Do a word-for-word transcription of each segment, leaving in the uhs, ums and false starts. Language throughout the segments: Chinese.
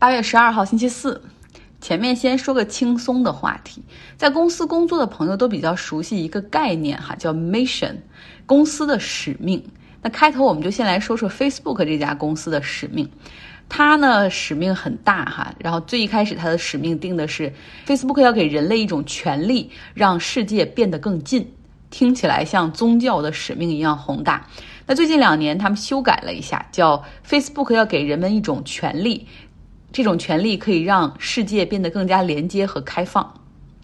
八月十二号星期四，前面先说个轻松的话题。在公司工作的朋友都比较熟悉一个概念哈，叫 mission， 公司的使命。那开头我们就先来说说 Facebook 这家公司的使命。它呢使命很大哈，然后最一开始它的使命定的是 Facebook 要给人类一种权利，让世界变得更近，听起来像宗教的使命一样宏大。那最近两年他们修改了一下，叫 Facebook 要给人们一种权利，这种权利可以让世界变得更加连接和开放。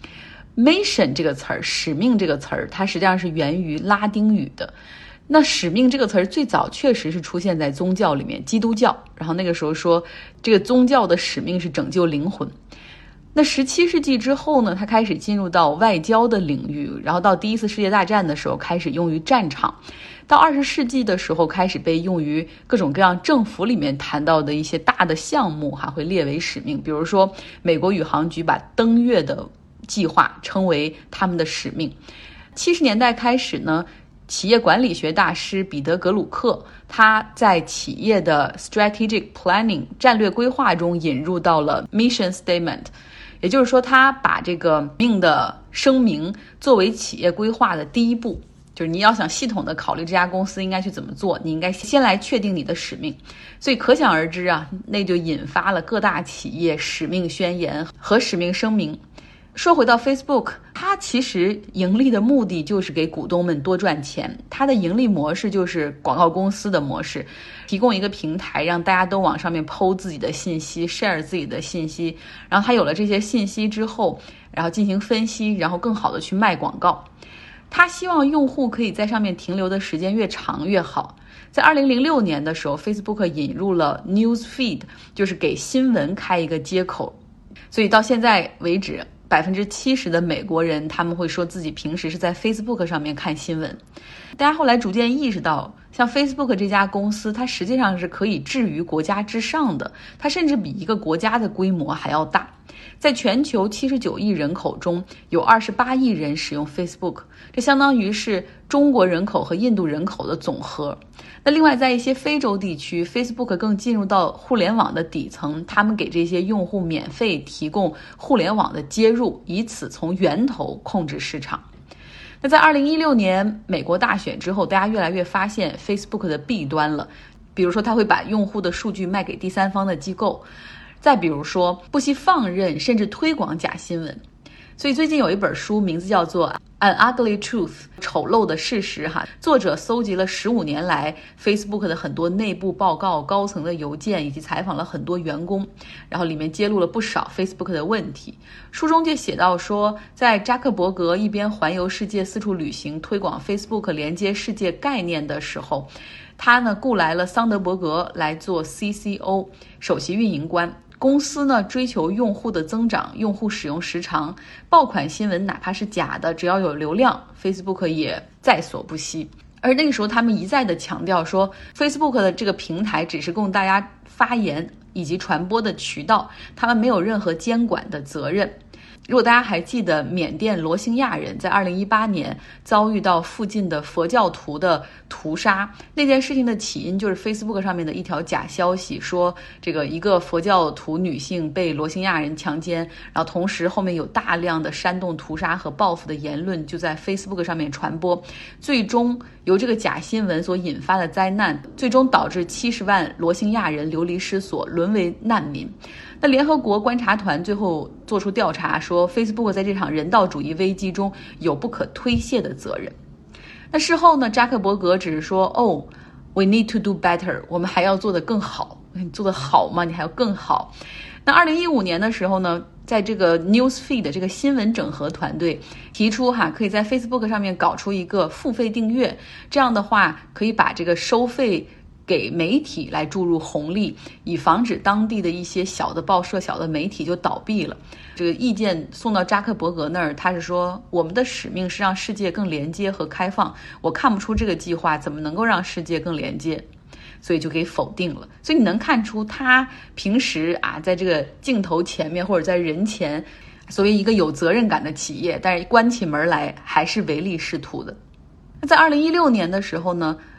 Mission 这个词儿，使命这个词儿，它实际上是源于拉丁语的。那使命这个词儿最早确实是出现在宗教里面，基督教，然后那个时候说这个宗教的使命是拯救灵魂。那十七世纪之后呢，它开始进入到外交的领域，然后到第一次世界大战的时候开始用于战场，到二十世纪的时候开始被用于各种各样政府里面谈到的一些大的项目哈，会列为使命。比如说美国宇航局把登月的计划称为他们的使命。七十年代开始呢，企业管理学大师彼得·格鲁克，他在企业的 strategic planning 战略规划中引入到了 mission statement， 也就是说他把这个命的声明作为企业规划的第一步，就是你要想系统的考虑这家公司应该去怎么做，你应该先来确定你的使命。所以可想而知啊，那就引发了各大企业使命宣言和使命声明。说回到 Facebook， 它其实盈利的目的就是给股东们多赚钱，它的盈利模式就是广告公司的模式，提供一个平台让大家都往上面 po 自己的信息 share 自己的信息，然后它有了这些信息之后，然后进行分析，然后更好的去卖广告。他希望用户可以在上面停留的时间越长越好。在二零零六年的时候 Facebook 引入了 News Feed， 就是给新闻开一个接口，所以到现在为止百分之七十的美国人他们会说自己平时是在 Facebook 上面看新闻。大家后来逐渐意识到，像 Facebook 这家公司，它实际上是可以置于国家之上的，它甚至比一个国家的规模还要大。在全球七十九亿人口中，有二十八亿人使用 Facebook， 这相当于是中国人口和印度人口的总和。那另外在一些非洲地区， Facebook 更进入到互联网的底层，他们给这些用户免费提供互联网的接入，以此从源头控制市场。那在二零一六年美国大选之后，大家越来越发现 Facebook 的弊端了，比如说他会把用户的数据卖给第三方的机构，再比如说不惜放任甚至推广假新闻。所以最近有一本书名字叫做 An Ugly Truth， 丑陋的事实哈，作者搜集了十五年来 Facebook 的很多内部报告、高层的邮件，以及采访了很多员工，然后里面揭露了不少 Facebook 的问题。书中就写到说，在扎克伯格一边环游世界四处旅行推广 Facebook 连接世界概念的时候，他呢雇来了桑德伯格来做 C C O 首席运营官。公司呢追求用户的增长，用户使用时长，爆款新闻哪怕是假的，只要有流量 Facebook 也在所不惜。而那个时候他们一再的强调说 Facebook 的这个平台只是供大家发言以及传播的渠道，他们没有任何监管的责任。如果大家还记得缅甸罗兴亚人在二零一八年遭遇到附近的佛教徒的屠杀，那件事情的起因就是 Facebook 上面的一条假消息，说这个一个佛教徒女性被罗兴亚人强奸，然后同时后面有大量的煽动屠杀和报复的言论就在 Facebook 上面传播，最终由这个假新闻所引发的灾难，最终导致七十万罗兴亚人流离失所，沦为难民。那联合国观察团最后做出调查说 Facebook 在这场人道主义危机中有不可推卸的责任。那事后呢，扎克伯格只是说哦 we need to do better， 我们还要做得更好。你做得好吗？你还要更好。那二零一五年的时候呢，在这个 Newsfeed 这个新闻整合团队提出哈，可以在 Facebook 上面搞出一个付费订阅，这样的话可以把这个收费给媒体来注入红利，以防止当地的一些小的报社、小的媒体就倒闭了。这个意见送到扎克伯格那儿，他是说我们的使命是让世界更连接和开放，我看不出这个计划怎么能够让世界更连接，所以就给否定了。所以你能看出他平时啊，在这个镜头前面或者在人前，作为一个有责任感的企业，但是关起门来还是唯利是图的。那在二零一六年的时候呢，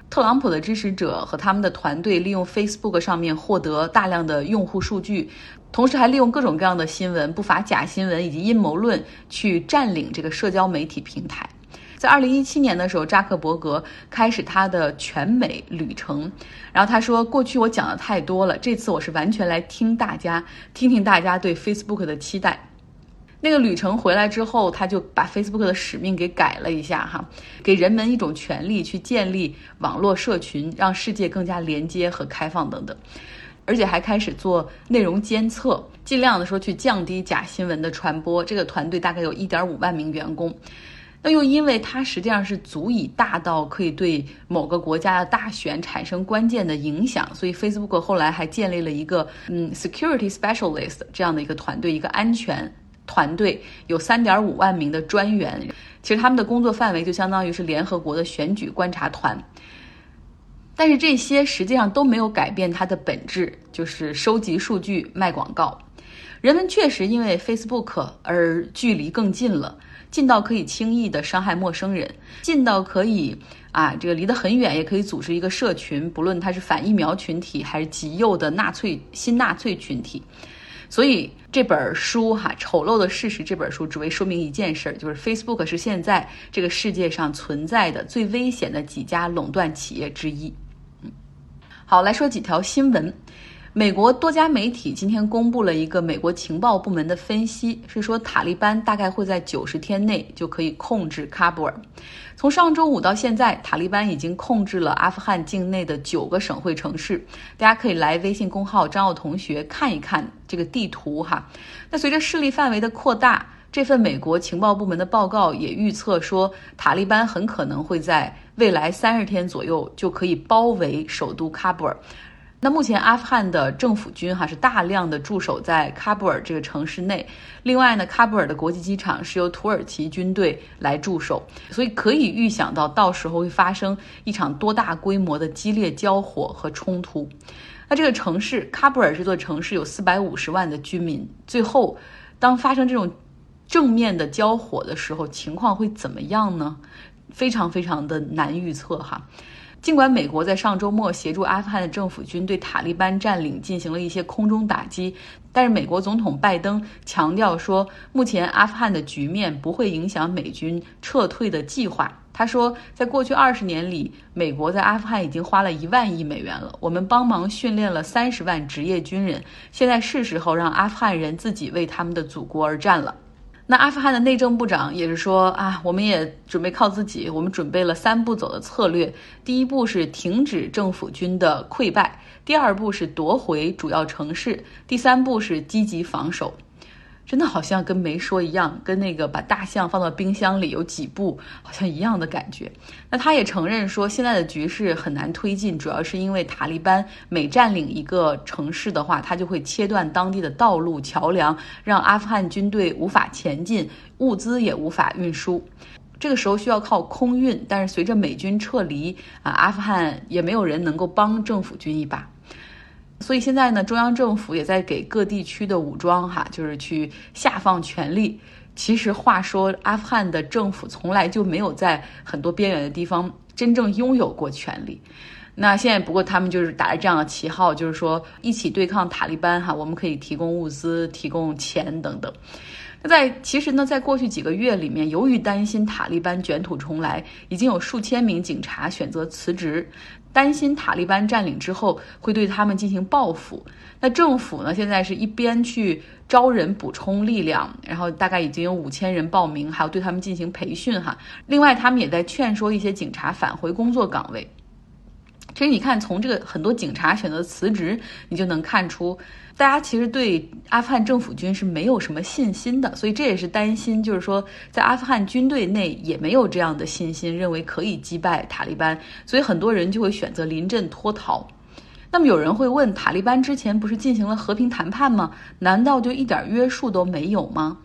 特朗普的支持者和他们的团队利用 Facebook 上面获得大量的用户数据，同时还利用各种各样的新闻，不乏假新闻以及阴谋论去占领这个社交媒体平台。在二零一七年的时候，扎克伯格开始他的全美旅程，然后他说，过去我讲的太多了，这次我是完全来听大家听听大家对 Facebook 的期待。那个旅程回来之后，他就把 Facebook 的使命给改了一下哈，给人们一种权利去建立网络社群，让世界更加连接和开放等等，而且还开始做内容监测，尽量的说去降低假新闻的传播。这个团队大概有 一点五万名员工。那又因为它实际上是足以大到可以对某个国家的大选产生关键的影响，所以 Facebook 后来还建立了一个嗯 security specialist 这样的一个团队，一个安全团队，有 三点五万名的专员。其实他们的工作范围就相当于是联合国的选举观察团。但是这些实际上都没有改变它的本质，就是收集数据卖广告。人们确实因为 Facebook 而距离更近了，近到可以轻易的伤害陌生人，近到可以啊，这个离得很远也可以组织一个社群，不论它是反疫苗群体还是极右的纳粹新纳粹群体。所以这本书哈，丑陋的事实这本书只为说明一件事，就是 Facebook 是现在这个世界上存在的最危险的几家垄断企业之一。嗯，好，来说几条新闻。美国多家媒体今天公布了一个美国情报部门的分析，是说塔利班大概会在九十天内就可以控制喀布尔。从上周五到现在，塔利班已经控制了阿富汗境内的九个省会城市。大家可以来微信公号张奥同学看一看这个地图哈。那随着势力范围的扩大，这份美国情报部门的报告也预测说，塔利班很可能会在未来三十天左右就可以包围首都喀布尔。那目前阿富汗的政府军哈是大量的驻守在喀布尔这个城市内，另外呢，喀布尔的国际机场是由土耳其军队来驻守，所以可以预想到到时候会发生一场多大规模的激烈交火和冲突。那这个城市喀布尔这座城市有四百五十万的居民，最后当发生这种正面的交火的时候，情况会怎么样呢？非常非常的难预测哈。尽管美国在上周末协助阿富汗的政府军对塔利班占领进行了一些空中打击，但是美国总统拜登强调说，目前阿富汗的局面不会影响美军撤退的计划。他说，在过去二十年里，美国在阿富汗已经花了一万亿美元了，我们帮忙训练了三十万职业军人，现在是时候让阿富汗人自己为他们的祖国而战了。那阿富汗的内政部长也是说啊，我们也准备靠自己，我们准备了三步走的策略。第一步是停止政府军的溃败，第二步是夺回主要城市，第三步是积极防守。真的好像跟没说一样，跟那个把大象放到冰箱里有几步好像一样的感觉。那他也承认说，现在的局势很难推进，主要是因为塔利班每占领一个城市的话，他就会切断当地的道路桥梁，让阿富汗军队无法前进，物资也无法运输。这个时候需要靠空运，但是随着美军撤离啊，阿富汗也没有人能够帮政府军一把。所以现在呢，中央政府也在给各地区的武装哈，就是去下放权力。其实话说，阿富汗的政府从来就没有在很多边缘的地方真正拥有过权力。那现在不过他们就是打着这样的旗号，就是说一起对抗塔利班哈，我们可以提供物资、提供钱等等。那在其实呢，在过去几个月里面，由于担心塔利班卷土重来，已经有数千名警察选择辞职，担心塔利班占领之后会对他们进行报复。那政府呢，现在是一边去招人补充力量，然后大概已经有五千人报名，还要对他们进行培训哈。另外，他们也在劝说一些警察返回工作岗位。其实你看，从这个很多警察选择辞职，你就能看出大家其实对阿富汗政府军是没有什么信心的，所以这也是担心，就是说在阿富汗军队内也没有这样的信心，认为可以击败塔利班，所以很多人就会选择临阵脱逃。那么有人会问，塔利班之前不是进行了和平谈判吗？难道就一点约束都没有吗？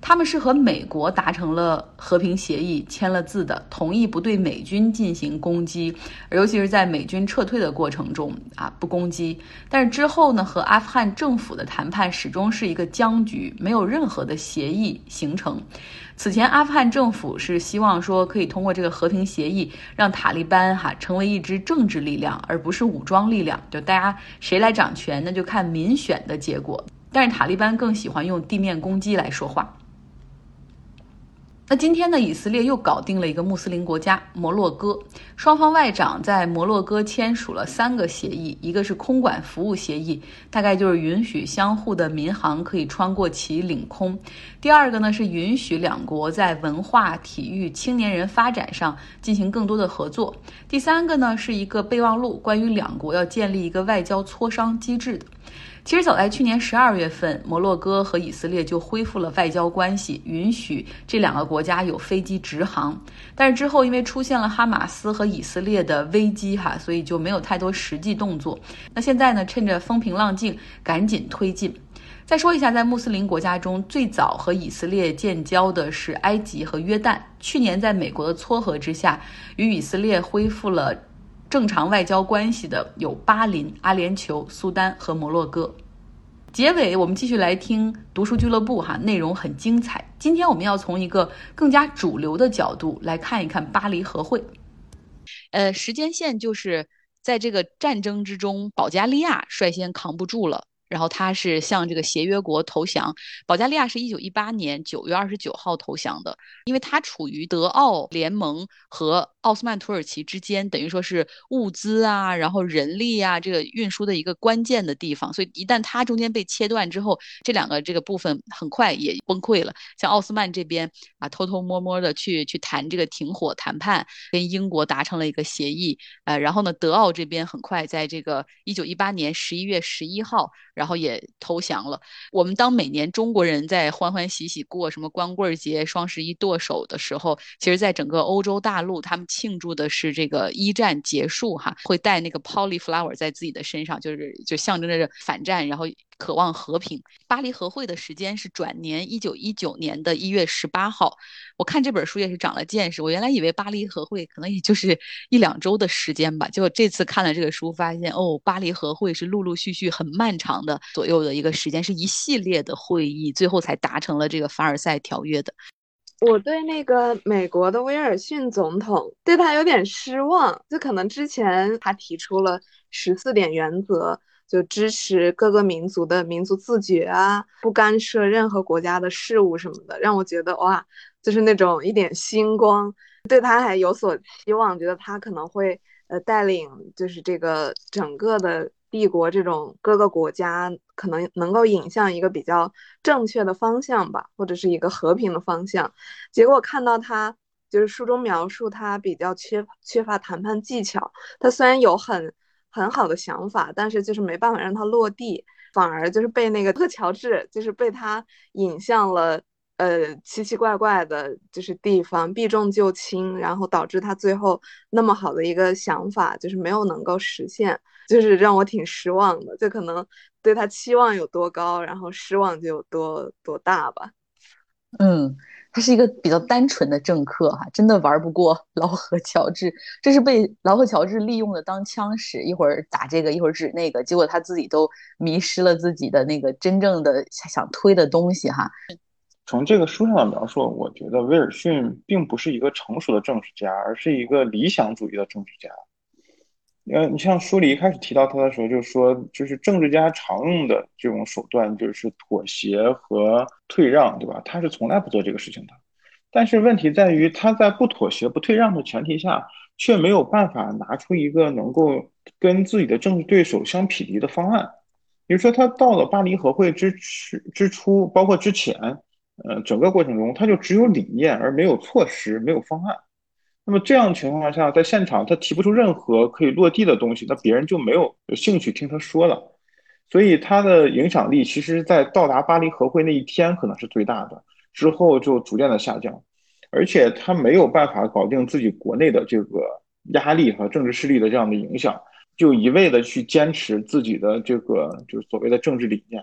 他们是和美国达成了和平协议，签了字的，同意不对美军进行攻击，尤其是在美军撤退的过程中啊不攻击。但是之后呢，和阿富汗政府的谈判始终是一个僵局，没有任何的协议形成。此前阿富汗政府是希望说可以通过这个和平协议让塔利班哈成为一支政治力量，而不是武装力量，就大家谁来掌权那就看民选的结果。但是塔利班更喜欢用地面攻击来说话。那今天呢，以色列又搞定了一个穆斯林国家摩洛哥，双方外长在摩洛哥签署了三个协议，一个是空管服务协议，大概就是允许相互的民航可以穿过其领空；第二个呢是允许两国在文化、体育、青年人发展上进行更多的合作；第三个呢是一个备忘录，关于两国要建立一个外交磋商机制的。其实早在去年十二月份，摩洛哥和以色列就恢复了外交关系，允许这两个国家有飞机直航。但是之后因为出现了哈马斯和以色列的危机哈，所以就没有太多实际动作。那现在呢，趁着风平浪静，赶紧推进。再说一下，在穆斯林国家中，最早和以色列建交的是埃及和约旦。去年在美国的撮合之下，与以色列恢复了正常外交关系的有巴林、阿联酋、苏丹和摩洛哥。结尾我们继续来听读书俱乐部哈，内容很精彩。今天我们要从一个更加主流的角度来看一看巴黎和会。呃，时间线就是在这个战争之中，保加利亚率先扛不住了。然后他是向这个协约国投降。保加利亚是一九一八年九月二十九号投降的，因为它处于德奥联盟和奥斯曼土耳其之间，等于说是物资啊，然后人力啊，这个运输的一个关键的地方。所以一旦它中间被切断之后，这两个这个部分很快也崩溃了。像奥斯曼这边啊，偷偷摸摸的去去谈这个停火谈判，跟英国达成了一个协议。呃，然后呢，德奥这边很快在这个一九一八年十一月十一号。然后也投降了。我们当每年中国人在欢欢喜喜过什么光棍节、双十一剁手的时候，其实在整个欧洲大陆，他们庆祝的是这个一战结束哈，会带那个 polyflower 在自己的身上，就是就象征着反战，然后渴望和平。巴黎和会的时间是转年一九一九年的一月十八号。我看这本书也是长了见识，我原来以为巴黎和会可能也就是一两周的时间吧，结果这次看了这个书，发现哦，巴黎和会是陆陆续续很漫长的左右的一个时间，是一系列的会议，最后才达成了这个凡尔赛条约的。 我对那个美国的威尔逊总统对他有点失望，就可能之前他提出了十四点原则，就支持各个民族的民族自觉啊，不干涉任何国家的事务什么的，让我觉得哇，就是那种一点星光，对他还有所期望，觉得他可能会呃带领就是这个整个的帝国这种各个国家可能能够引向一个比较正确的方向吧，或者是一个和平的方向。结果看到他就是书中描述他比较缺缺乏谈判技巧，他虽然有很很好的想法，但是就是没办法让他落地，反而就是被那个特乔治就是被他引向了呃奇奇怪怪的，就是地方避重就轻，然后导致他最后那么好的一个想法就是没有能够实现，就是让我挺失望的。就可能对他期望有多高，然后失望就有多多大吧。 嗯，他是一个比较单纯的政客哈，真的玩不过劳合乔治，这是被劳合乔治利用的当枪使，一会儿打这个，一会儿指那个，结果他自己都迷失了自己的那个真正的想推的东西哈。 从这个书上的描述，我觉得威尔逊并不是一个成熟的政治家，而是一个理想主义的政治家。呃，你像书里一开始提到他的时候，就说，就是政治家常用的这种手段就是妥协和退让，对吧？他是从来不做这个事情的。但是问题在于，他在不妥协、不退让的前提下，却没有办法拿出一个能够跟自己的政治对手相匹敌的方案。比如说，他到了巴黎和会之之初，包括之前，呃，整个过程中，他就只有理念而没有措施，没有方案。那么这样情况下，在现场他提不出任何可以落地的东西，那别人就没有兴趣听他说了。所以他的影响力其实，在到达巴黎和会那一天可能是最大的，之后就逐渐的下降。而且他没有办法搞定自己国内的这个压力和政治势力的这样的影响，就一味的去坚持自己的这个就是所谓的政治理念。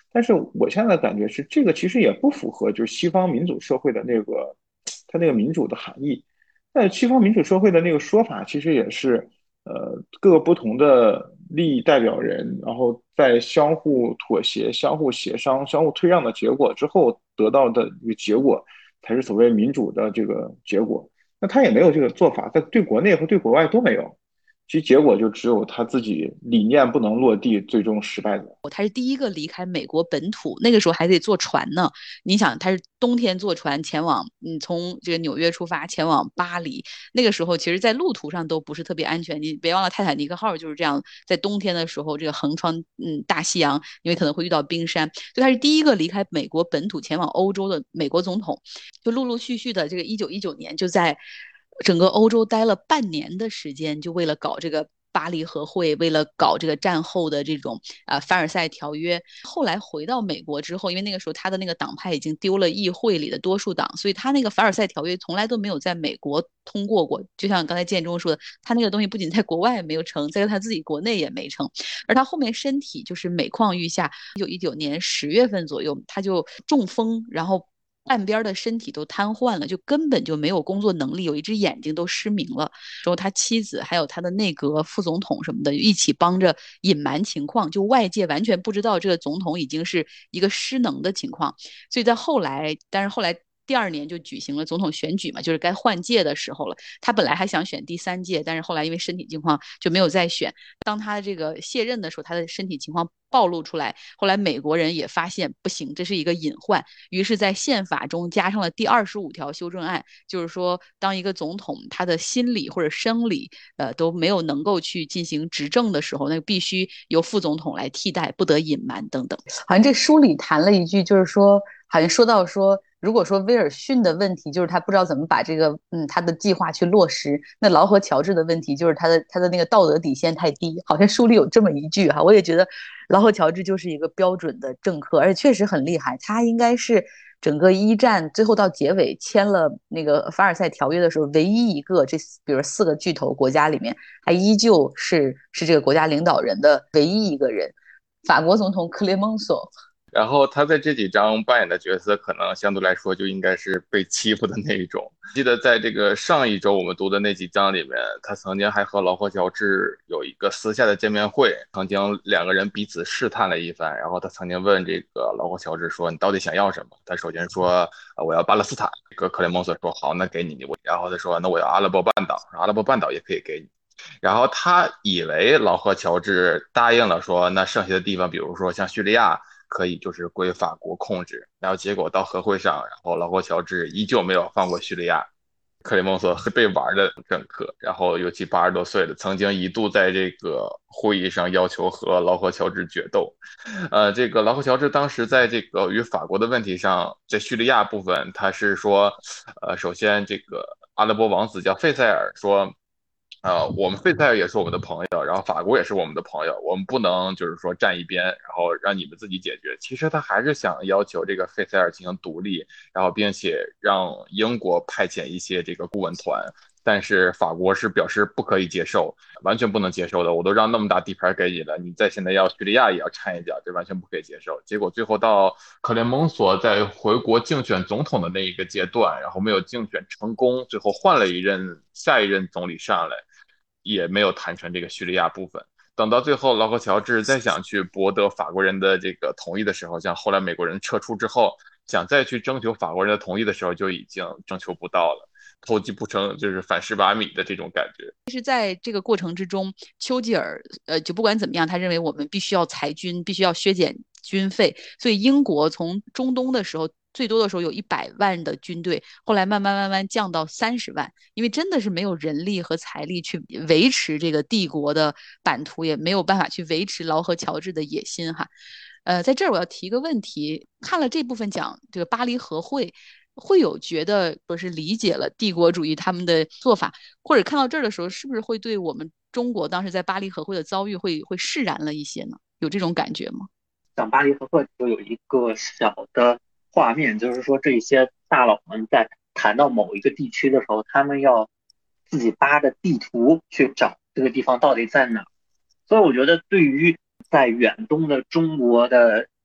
但是我现在的感觉是，这个其实也不符合就是西方民主社会的那个它那个民主的含义。在西方民主社会的那个说法，其实也是呃各个不同的利益代表人，然后在相互妥协、相互协商、相互退让的结果之后得到的一个结果，才是所谓民主的这个结果。那他也没有这个做法，在对国内和对国外都没有，其结果就只有他自己理念不能落地，最终失败的。 他是第一个离开美国本土，那个时候还得坐船呢。你想，他是冬天坐船前往，嗯，从这个纽约出发前往巴黎，那个时候其实，在路途上都不是特别安全。你别忘了，泰坦尼克号就是这样，在冬天的时候，这个横穿嗯大西洋，因为可能会遇到冰山。就他是第一个离开美国本土前往欧洲的美国总统，就陆陆续续的这个一九一九年就在整个欧洲待了半年的时间，就为了搞这个巴黎和会，为了搞这个战后的这种啊、呃、凡尔赛条约。后来回到美国之后，因为那个时候他的那个党派已经丢了议会里的多数党，所以他那个凡尔赛条约从来都没有在美国通过过。就像刚才建中说的，他那个东西不仅在国外没有成，在他自己国内也没成。而他后面身体就是每况愈下，一九一九年十月份左右他就中风，然后半边的身体都瘫痪了，就根本就没有工作能力，有一只眼睛都失明了。之后他妻子还有他的内阁副总统什么的一起帮着隐瞒情况，就外界完全不知道这个总统已经是一个失能的情况。所以在后来，但是后来第二年就举行了总统选举嘛，就是该换届的时候了。他本来还想选第三届，但是后来因为身体情况就没有再选。当他这个卸任的时候，他的身体情况暴露出来，后来美国人也发现不行，这是一个隐患，于是，在宪法中加上了第二十五条修正案，就是说，当一个总统他的心理或者生理呃都没有能够去进行执政的时候，那必须由副总统来替代，不得隐瞒等等。好像这书里谈了一句，就是说，好像说到说。如果说威尔逊的问题就是他不知道怎么把这个嗯他的计划去落实，那劳合乔治的问题就是他的他的那个道德底线太低，好像书里有这么一句哈，我也觉得劳合乔治就是一个标准的政客，而且确实很厉害，他应该是整个一战最后到结尾签了那个凡尔赛条约的时候，唯一一个这比如四个巨头国家里面还依旧是是这个国家领导人的唯一一个人，法国总统克雷蒙索。 然后他在这几章扮演的角色，可能相对来说就应该是被欺负的那一种。记得在这个上一周我们读的那几章里面，他曾经还和劳合乔治有一个私下的见面会，曾经两个人彼此试探了一番。然后他曾经问这个劳合乔治说：“你到底想要什么？”他首先说：“我要巴勒斯坦。”这个克雷蒙索说：“好，那给你。”然后他说：“那我要阿拉伯半岛，阿拉伯半岛也可以给你。”然后他以为劳合乔治答应了说，那剩下的地方，比如说像叙利亚，可以就是归法国控制。然后结果到和会上，然后劳合乔治依旧没有放过叙利亚。克雷蒙索是被玩的政客，然后尤其八十多岁的，曾经一度在这个会议上要求和劳合乔治决斗。呃，这个劳合乔治当时在这个与法国的问题上，在叙利亚部分，他是说，呃，首先这个阿拉伯王子叫费塞尔说。呃，我们费塞尔也是我们的朋友，然后法国也是我们的朋友，我们不能就是说站一边，然后让你们自己解决。其实他还是想要求这个费塞尔进行独立，然后并且让英国派遣一些这个顾问团，但是法国是表示不可以接受，完全不能接受的。我都让那么大地盘给你了，你再现在要叙利亚也要掺一脚，这完全不可以接受。结果最后到克雷蒙索在回国竞选总统的那一个阶段，然后没有竞选成功，最后换了一任下一任总理上来。也没有谈成这个叙利亚部分。等到最后，劳合乔治再想去博得法国人的这个同意的时候，像后来美国人撤出之后，想再去征求法国人的同意的时候，就已经征求不到了。偷鸡不成就是反十八米的这种感觉。 其实在这个过程之中，丘吉尔呃，就不管怎么样，他认为我们必须要裁军，必须要削减军费，所以英国从中东的时候。最多的时候有一百万的军队，后来慢慢慢慢降到三十万，因为真的是没有人力和财力去维持这个帝国的版图，也没有办法去维持劳合乔治的野心哈。呃，在这儿我要提一个问题，看了这部分讲这个巴黎和会，会有觉得说是理解了帝国主义他们的做法，或者看到这儿的时候，是不是会对我们中国当时在巴黎和会的遭遇会会释然了一些呢？有这种感觉吗？ 讲巴黎和会就有一个小的画面，就是说这些大佬们在谈到某一个地区的时候，他们要自己扒着地图去找这个地方到底在哪。所以我觉得对于在远东的中国的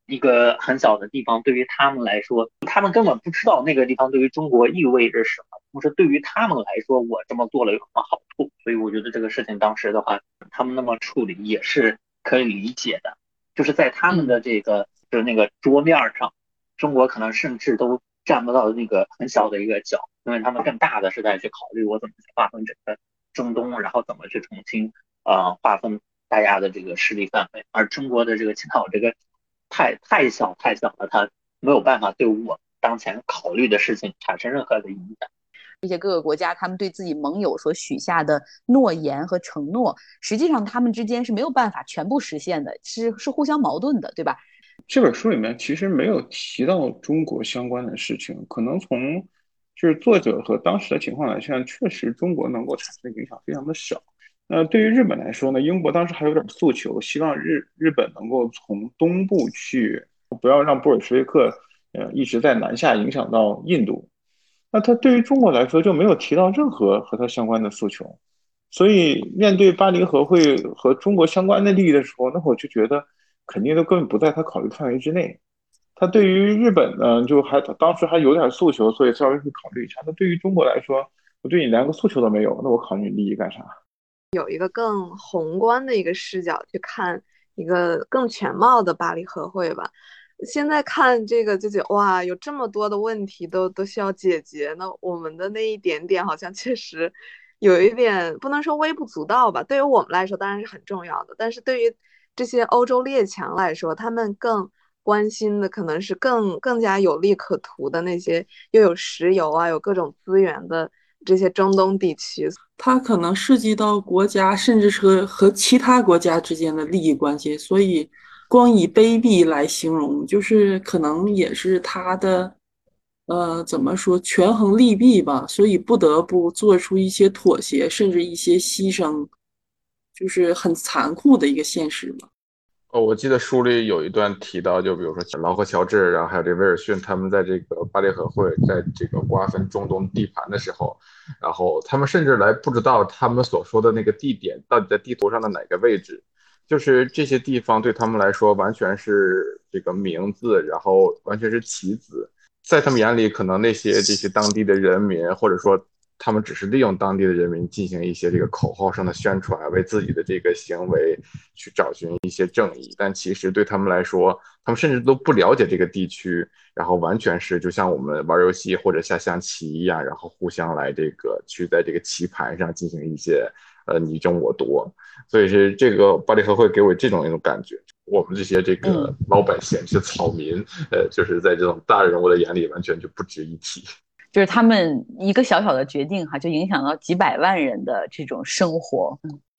一个很小的地方对于他们来说，他们根本不知道那个地方对于中国意味着什么，同时对于他们来说，我这么做了有什么好处？所以我觉得这个事情当时的话，他们那么处理也是可以理解的。就是在他们的这个、嗯、就是那个桌面上，中国可能甚至都占不到那个很小的一个角，因为他们更大的是在去考虑我怎么去划分整个中东，然后怎么去重新呃划分大家的这个势力范围。而中国的这个青岛这个太太小太小了，它没有办法对我当前考虑的事情产生任何的影响。 这些各个国家他们对自己盟友所许下的诺言和承诺，实际上他们之间是没有办法全部实现的，是是互相矛盾的，对吧？ 这本书里面其实没有提到中国相关的事情，可能从就是作者和当时的情况来看，确实中国能够产生的影响非常的少。那对于日本来说呢，英国当时还有点诉求，希望日日本能够从东部去，不要让布尔什维克呃一直在南下影响到印度。那他对于中国来说就没有提到任何和他相关的诉求，所以面对巴黎和会和中国相关的利益的时候，那我就觉得肯定都根本不在他考虑范围之内。他对于日本呢，就还当时还有点诉求，所以稍微会考虑一下。那对于中国来说，我对你连个诉求都没有，那我考虑你利益干啥？ 有一个更宏观的一个视角去看一个更全貌的巴黎和会吧。现在看这个就觉得哇，有这么多的问题都都需要解决，那我们的那一点点好像确实有一点不能说微不足道吧。对于我们来说当然是很重要的，但是对于这些欧洲列强来说，他们更关心的可能是更更加有利可图的那些又有石油啊有各种资源的这些中东地区。 它可能涉及到国家甚至是和和其他国家之间的利益关系，所以光以卑鄙来形容，就是可能也是它的呃怎么说权衡利弊吧，所以不得不做出一些妥协，甚至一些牺牲，就是很残酷的一个现实嘛。 哦，我记得书里有一段提到，就比如说劳合乔治，然后还有这威尔逊，他们在这个巴黎和会，在这个瓜分中东地盘的时候，然后他们甚至来不知道他们所说的那个地点到底在地图上的哪个位置，就是这些地方对他们来说完全是这个名字，然后完全是棋子，在他们眼里，可能那些这些当地的人民，或者说他们只是利用当地的人民进行一些这个口号上的宣传，为自己的这个行为去找寻一些正义。但其实对他们来说，他们甚至都不了解这个地区，然后完全是就像我们玩游戏或者下象棋一样，然后互相来这个去在这个棋盘上进行一些呃你争我夺。所以是这个巴黎和会给我这种一种感觉。我们这些这个老百姓、这些草民，呃，就是在这种大人物的眼里，完全就不值一提。 就是他们一个小小的决定哈，就影响到几百万人的这种生活。